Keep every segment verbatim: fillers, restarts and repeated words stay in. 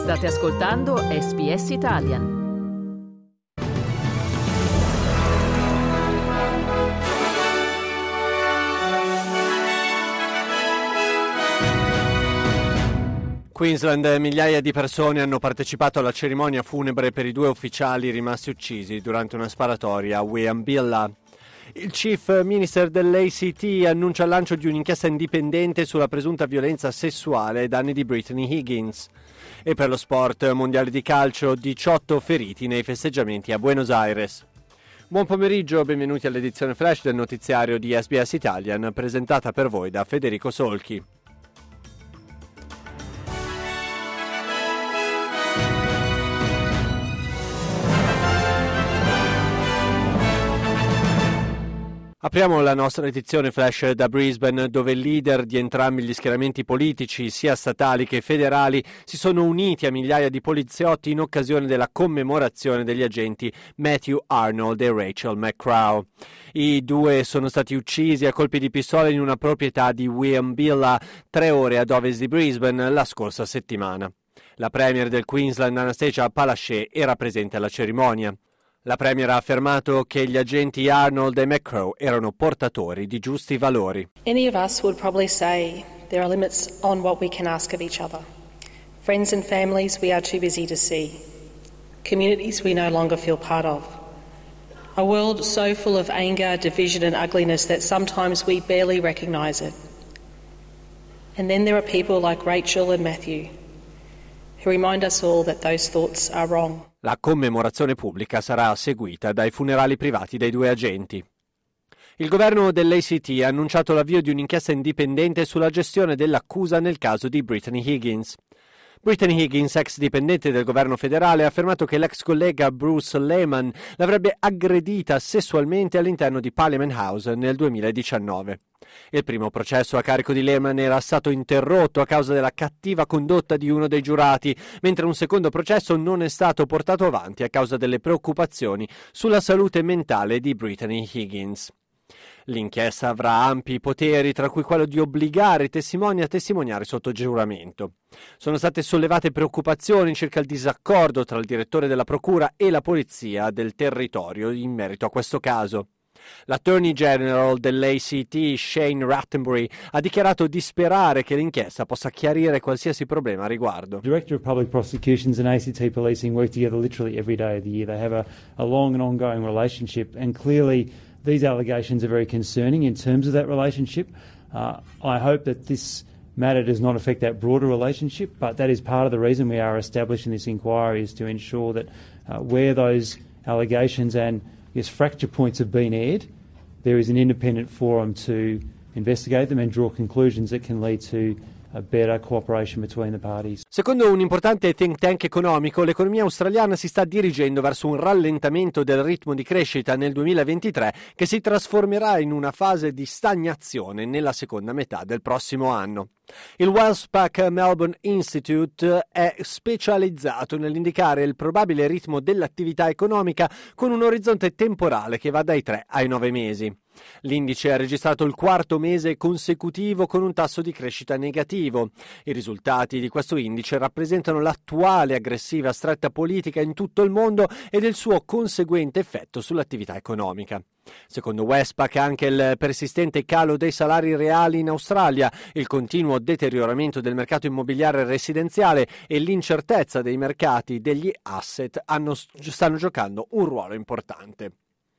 State ascoltando S B S Italian. Queensland, migliaia di persone hanno partecipato alla cerimonia funebre per i due ufficiali rimasti uccisi durante una sparatoria a Whiambilla. Il Chief Minister dell'A C T annuncia il lancio di un'inchiesta indipendente sulla presunta violenza sessuale ai danni di Brittany Higgins. E per lo sport mondiale di calcio, diciotto feriti nei festeggiamenti a Buenos Aires. Buon pomeriggio, benvenuti all'edizione flash del notiziario di S B S Italian, presentata per voi da Federico Solchi. Apriamo la nostra edizione flash da Brisbane, dove i leader di entrambi gli schieramenti politici, sia statali che federali, si sono uniti a migliaia di poliziotti in occasione della commemorazione degli agenti Matthew Arnold e Rachel McCraw. I due sono stati uccisi a colpi di pistola in una proprietà di Whiambilla, tre ore ad ovest di Brisbane, la scorsa settimana. La premier del Queensland, Anastasia Palaszczuk, era presente alla cerimonia. La premier ha affermato che gli agenti Arnold e McCraw erano portatori di giusti valori. Any of us would probably say there are limits on what we can ask of each other. Friends and families we are too busy to see. Communities we no longer feel part of. A world so full of anger, division and ugliness that sometimes we barely recognise it. And then there are people like Rachel and Matthew who remind us all that those thoughts are wrong. La commemorazione pubblica sarà seguita dai funerali privati dei due agenti. Il governo dell'A C T ha annunciato l'avvio di un'inchiesta indipendente sulla gestione dell'accusa nel caso di Brittany Higgins. Brittany Higgins, ex dipendente del governo federale, ha affermato che l'ex collega Bruce Lehman l'avrebbe aggredita sessualmente all'interno di Parliament House nel duemiladiciannove. Il primo processo a carico di Lehman era stato interrotto a causa della cattiva condotta di uno dei giurati, mentre un secondo processo non è stato portato avanti a causa delle preoccupazioni sulla salute mentale di Brittany Higgins. L'inchiesta avrà ampi poteri, tra cui quello di obbligare i testimoni a testimoniare sotto giuramento. Sono state sollevate preoccupazioni circa il disaccordo tra il direttore della procura e la polizia del territorio in merito a questo caso. L'Attorney General dell'A C T, Shane Rattenbury, ha dichiarato di sperare che l'inchiesta possa chiarire qualsiasi problema a riguardo. The Director of Public Prosecutions and A C T Policing work together literally every day of the year. They have a, a long and ongoing relationship, and clearly these allegations are very concerning in terms of that relationship. Uh, I hope that this matter does not affect that broader relationship, but that is part of the reason we are establishing this inquiry, is to ensure that uh, where those allegations and yes, fracture points have been aired, there is an independent forum to investigate them and draw conclusions that can lead to a better cooperation between the parties. Secondo un importante think tank economico, l'economia australiana si sta dirigendo verso un rallentamento del ritmo di crescita nel duemilaventitré che si trasformerà in una fase di stagnazione nella seconda metà del prossimo anno. Il Wellspac Melbourne Institute è specializzato nell'indicare il probabile ritmo dell'attività economica con un orizzonte temporale che va dai tre ai nove mesi. L'indice ha registrato il quarto mese consecutivo con un tasso di crescita negativo. I risultati di questo indice rappresentano l'attuale aggressiva stretta politica in tutto il mondo ed il suo conseguente effetto sull'attività economica. Secondo Westpac, anche il persistente calo dei salari reali in Australia, il continuo deterioramento del mercato immobiliare residenziale e l'incertezza dei mercati degli asset hanno, stanno giocando un ruolo importante.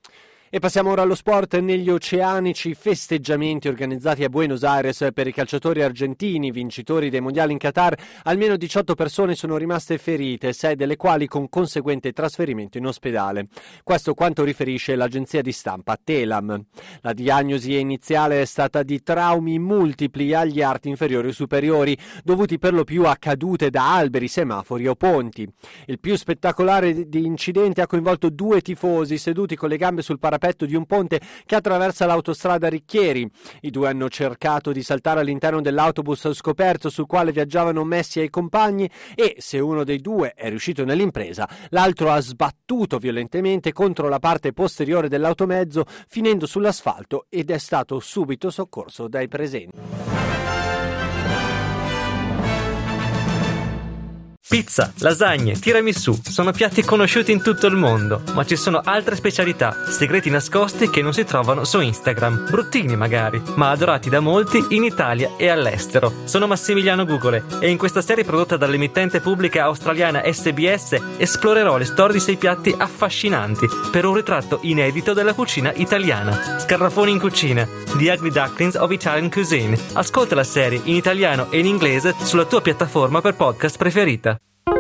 E passiamo ora allo sport. Negli oceanici festeggiamenti organizzati a Buenos Aires per i calciatori argentini vincitori dei mondiali in Qatar, almeno diciotto persone sono rimaste ferite, sei delle quali con conseguente trasferimento in ospedale. Questo quanto riferisce l'agenzia di stampa Telam. La diagnosi iniziale è stata di traumi multipli agli arti inferiori o superiori, dovuti per lo più a cadute da alberi, semafori o ponti. Il più spettacolare di incidente ha coinvolto due tifosi seduti con le gambe sul parapetto di un ponte che attraversa l'autostrada Ricchieri. I due hanno cercato di saltare all'interno dell'autobus scoperto sul quale viaggiavano Messi e i compagni e, se uno dei due è riuscito nell'impresa, l'altro ha sbattuto violentemente contro la parte posteriore dell'automezzo, finendo sull'asfalto, ed è stato subito soccorso dai presenti. Pizza, lasagne, tiramisù sono piatti conosciuti in tutto il mondo, ma ci sono altre specialità, segreti nascosti che non si trovano su Instagram, bruttini magari, ma adorati da molti in Italia e all'estero. Sono Massimiliano Gugole e in questa serie prodotta dall'emittente pubblica australiana S B S esplorerò le storie di sei piatti affascinanti per un ritratto inedito della cucina italiana. Scarrafoni in cucina, The Ugly Ducklings of Italian Cuisine. Ascolta la serie in italiano e in inglese sulla tua piattaforma per podcast preferita.